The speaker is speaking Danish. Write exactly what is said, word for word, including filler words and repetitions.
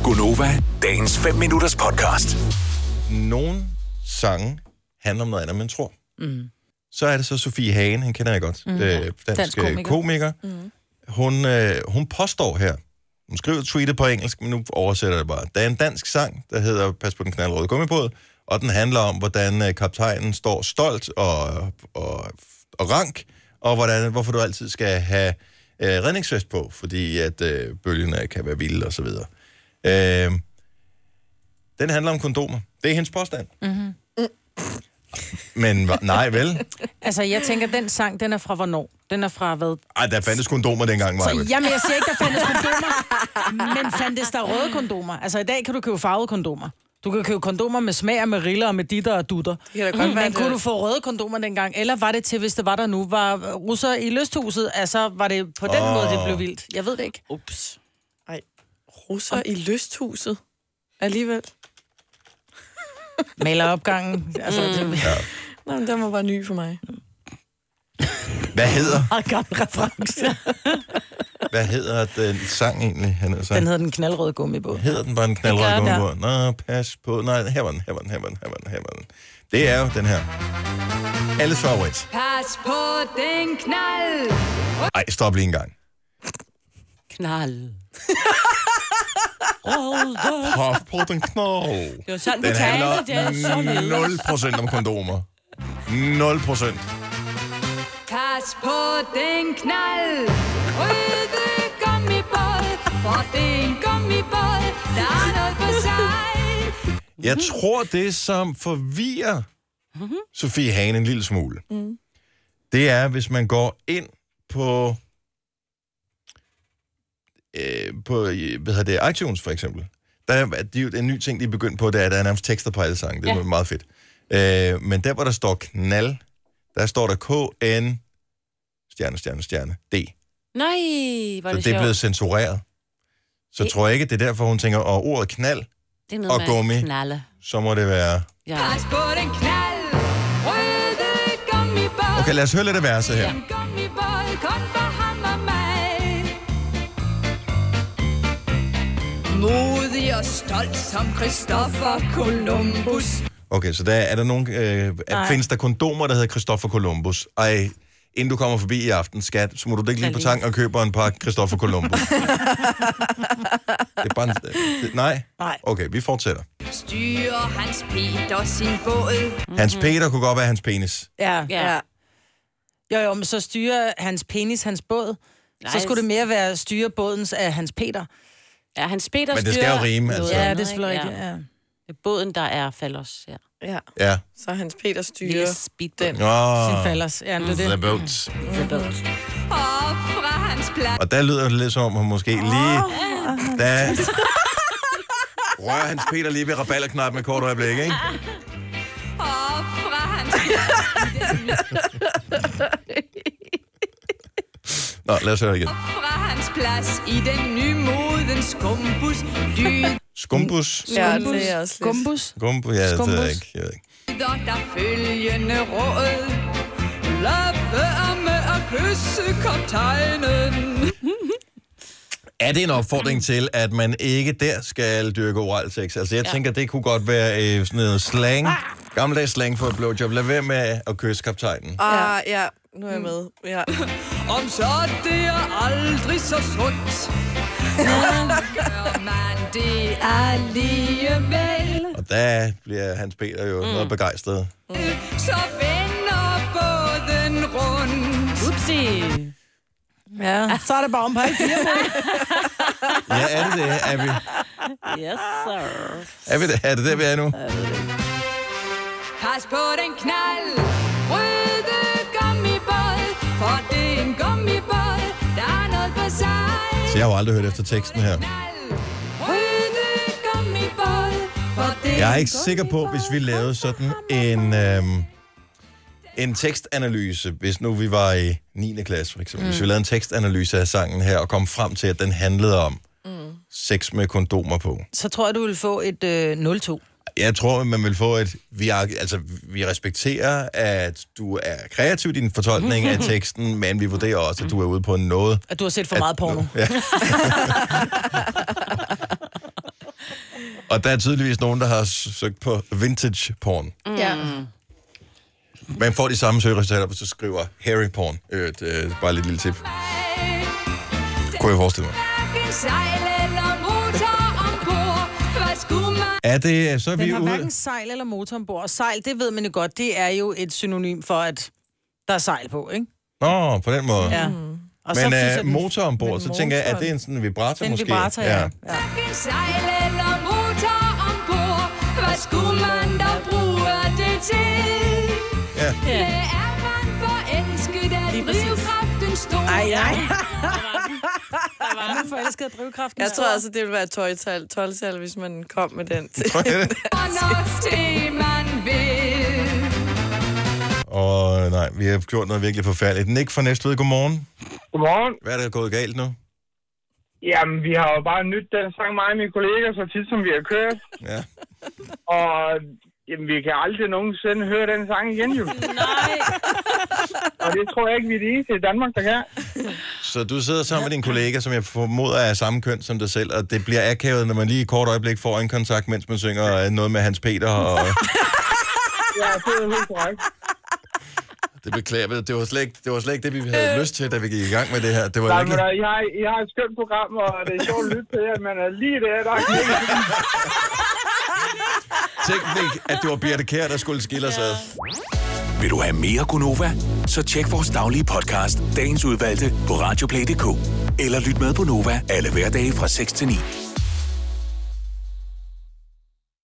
Gunova, dagens fem minutters podcast. Nogle sange handler om noget andet, man tror. Mm. Så er det så Sofie Hagen, hende kender jeg godt, mm. øh, dansk, dansk komiker. komiker. Mm. Hun, øh, hun påstår her, hun skriver tweetet på engelsk, men nu oversætter det bare. Der er en dansk sang, der hedder Pas på den knaldrøde gummibåd, og den handler om, hvordan øh, kaptajnen står stolt og, og, og rank, og hvordan, hvorfor du altid skal have øh, redningsvest på, fordi at øh, bølgerne kan være vilde og så videre. Øh, den handler om kondomer. Det er hendes påstand. Mm-hmm. Men nej, vel? Altså, jeg tænker, den sang, den er fra hvornår? Den er fra hvad? Ej, der fandtes kondomer dengang, Maja. Så, jamen, jeg siger ikke, der fandtes kondomer, men fandtes der røde kondomer? Altså, i dag kan du købe farvede kondomer. Du kan købe kondomer med smag, med riller og med ditter og dutter. Det mm, men kunne du få røde kondomer dengang? Eller var det til, hvis det var der nu? Var russer i lysthuset? Altså, var det på den oh. måde, det blev vildt? Jeg ved det ikke. Ups. Ej, russer oh. i lysthuset? Alligevel. Maleropgangen. Altså, mm. det... ja. Nå, men den var bare ny for mig. Hvad hedder? Og gammel reference. Hvad hedder den sang egentlig? Han hedder den hedder Den Knaldrøde Gummibåd. Hedder den bare Den Knaldrøde Gummibåd? Nå, pas på. Nej, her var den, her var den, her var den, her var den, her var den. Det er jo den her. Alles favorit. Pas på den knald. Ej, stop lige en gang. Knald. Pas på den knald. Det var sådan, den det handler nul procent om kondomer. nul procent. Pas på den knald. Røde gummibåd. For det er en gummibåd. Der er noget for sig. Jeg tror, det som forvirrer mm-hmm. Sofie Hagen en lille smule, mm. det er, hvis man går ind på, øh, på hvad hedder det, iTunes for eksempel. Der er, det er jo en ny ting, de er begyndt på, det er, at der er nærmest tekster på alle sange. Det er ja. meget fedt. Øh, men der, hvor der står knald, der står der K-N, stjerne, stjerne, stjerne, D. Nej, var det Så det er blevet censureret. Så det... tror jeg ikke, det er derfor, hun tænker, og ordet knald og gummi, knalle. Så må det være... Ja. Pas på den knald, røde gummibåd. Okay, lad os høre lidt af verset her. En gummibåd, kun for ham og mig. Modig og stolt som Christopher Columbus. Okay, så der er der nogen... Øh, findes der kondomer, der hedder Christopher Columbus? Ej, inden du kommer forbi i aften, skat, så må du ikke lige på tanken og købe en par Christopher Columbus. Det er bare en, det, nej? Nej. Okay, vi fortsætter. Styrer Hans Peter sin båd. Hans Peter kunne godt være hans penis. Ja, ja. Jo, jo, men så styrer hans penis hans båd. Nej, så skulle det mere være styre bådens af Hans Peter. Ja, Hans Peter men det skal jo rime, altså. Ja, det er selvfølgelig ikke, ja. Det er båden, der er fallos, ja. Ja. ja. Så Hans Peter styrer yes, den. Oh. Sin fallos. Ja, det er det. The boat. The boat. Og fra hans plads. Og der lyder det lidt som om, hun måske lige... Der rører Hans Peter lige ved rabalderknappen med kort øjeblik, ikke? Og fra hans plads. Nå, lad os høre igen. Og fra hans plads i den nymoden skumbus. Dy... Skumbus? Ja, det er også lidt. Skumbus? Skumbus, ja, det ved jeg ikke. Jeg ved ikke. Der følgende råd. Lad være med at kysse kaptajnen. Er det en opfordring til, at man ikke der skal dyrke oral sex? Altså, jeg ja. tænker, det kunne godt være øh, sådan noget slang. Gammeldags slang for et blowjob. Lad være med at kysse kaptajnen. Ah, ja. Nu er jeg med. Ja. Om så det er aldrig så sundt. Gør man det alligevel. Og der bliver Hans Peter jo mm. noget begejstret. Mm. Så vender båden rundt. Upsi. Ja, så er det bare om på alle fire. Ja, er det det? Er vi... Yes, sir. Er, vi det? Er det det, vi er nu? Pas på den knald. Røde gummibåd. For det er en gummibåd. Der er noget for sig. Så jeg har jo aldrig hørt efter teksten her. Jeg er ikke sikker på, hvis vi lavede sådan en, øhm, en tekstanalyse, hvis nu vi var i niende klasse for eksempel. Mm. Hvis vi lavede en tekstanalyse af sangen her og kom frem til, at den handlede om mm. sex med kondomer på. Så tror jeg, du vil få et øh, nul to. Jeg tror, man vil få et... Vi, er, altså, vi respekterer, at du er kreativ i din fortolkning af teksten, men vi vurderer også, at du er ude på noget... At du har set for meget porno. Ja. Og der er tydeligvis nogen, der har søgt på vintage porn. Mm. Ja. Man får de samme søgeresultater, hvis du skriver Harry porn. Øh, det er bare lidt lille tip. Kunne jeg forestille mig. Er det, så er vi Den har ude... hverken sejl eller motor ombord. Og sejl, det ved man jo godt, det er jo et synonym for, at der er sejl på, ikke? Nå, på den måde. Ja. Og men så uh, motor ombord, så motor... tænker jeg, er det en sådan vibrator en måske? En vibrator, ja. ja. Sejl eller motor ombord, hvad skulle man da bruge det til? Ja. Det er man forelsket af drivkraften stor. Ej, ej. Der var man forelsket af drivkraften. Jeg tror altså, det ville være tolv-tal, tolv-tal, hvis man kom med den. Og nok det, man vil. Og nej, vi har gjort noget virkelig forfærdeligt. Nick fra Næstved, godmorgen. Godmorgen. Hvad er der gået galt nu? Jamen, vi har jo bare nyt den sang, mig og mine kolleger, så tit som vi har kørt. Ja. Og jamen, vi kan aldrig nogensinde høre den sang igen, jo. Nej. Og det tror jeg ikke, vi er det eneste i Danmark, der kan. Så du sidder sammen med din kollega, som jeg formoder er samme køn som dig selv, og det bliver akavet, når man lige i kort øjeblik får en kontakt, mens man synger noget med Hans Peter og... Ja, det er helt korrekt. Det beklager jeg. Det var slet ikke det, var slet ikke det vi havde lyst til, da vi gik i gang med det her. Det var Nej, virkelig... men I har, I har et skønt program, og det er sjovt at lytte til jer, men lige det er der er ikke. Tænk ikke, at det var Birte Kjær, der skulle skille os ad. Vil du have mere Gunova? Så tjek vores daglige podcast, dagens udvalgte, på radioplay punktum d k. Eller lyt med på Nova alle hverdage fra seks til ni.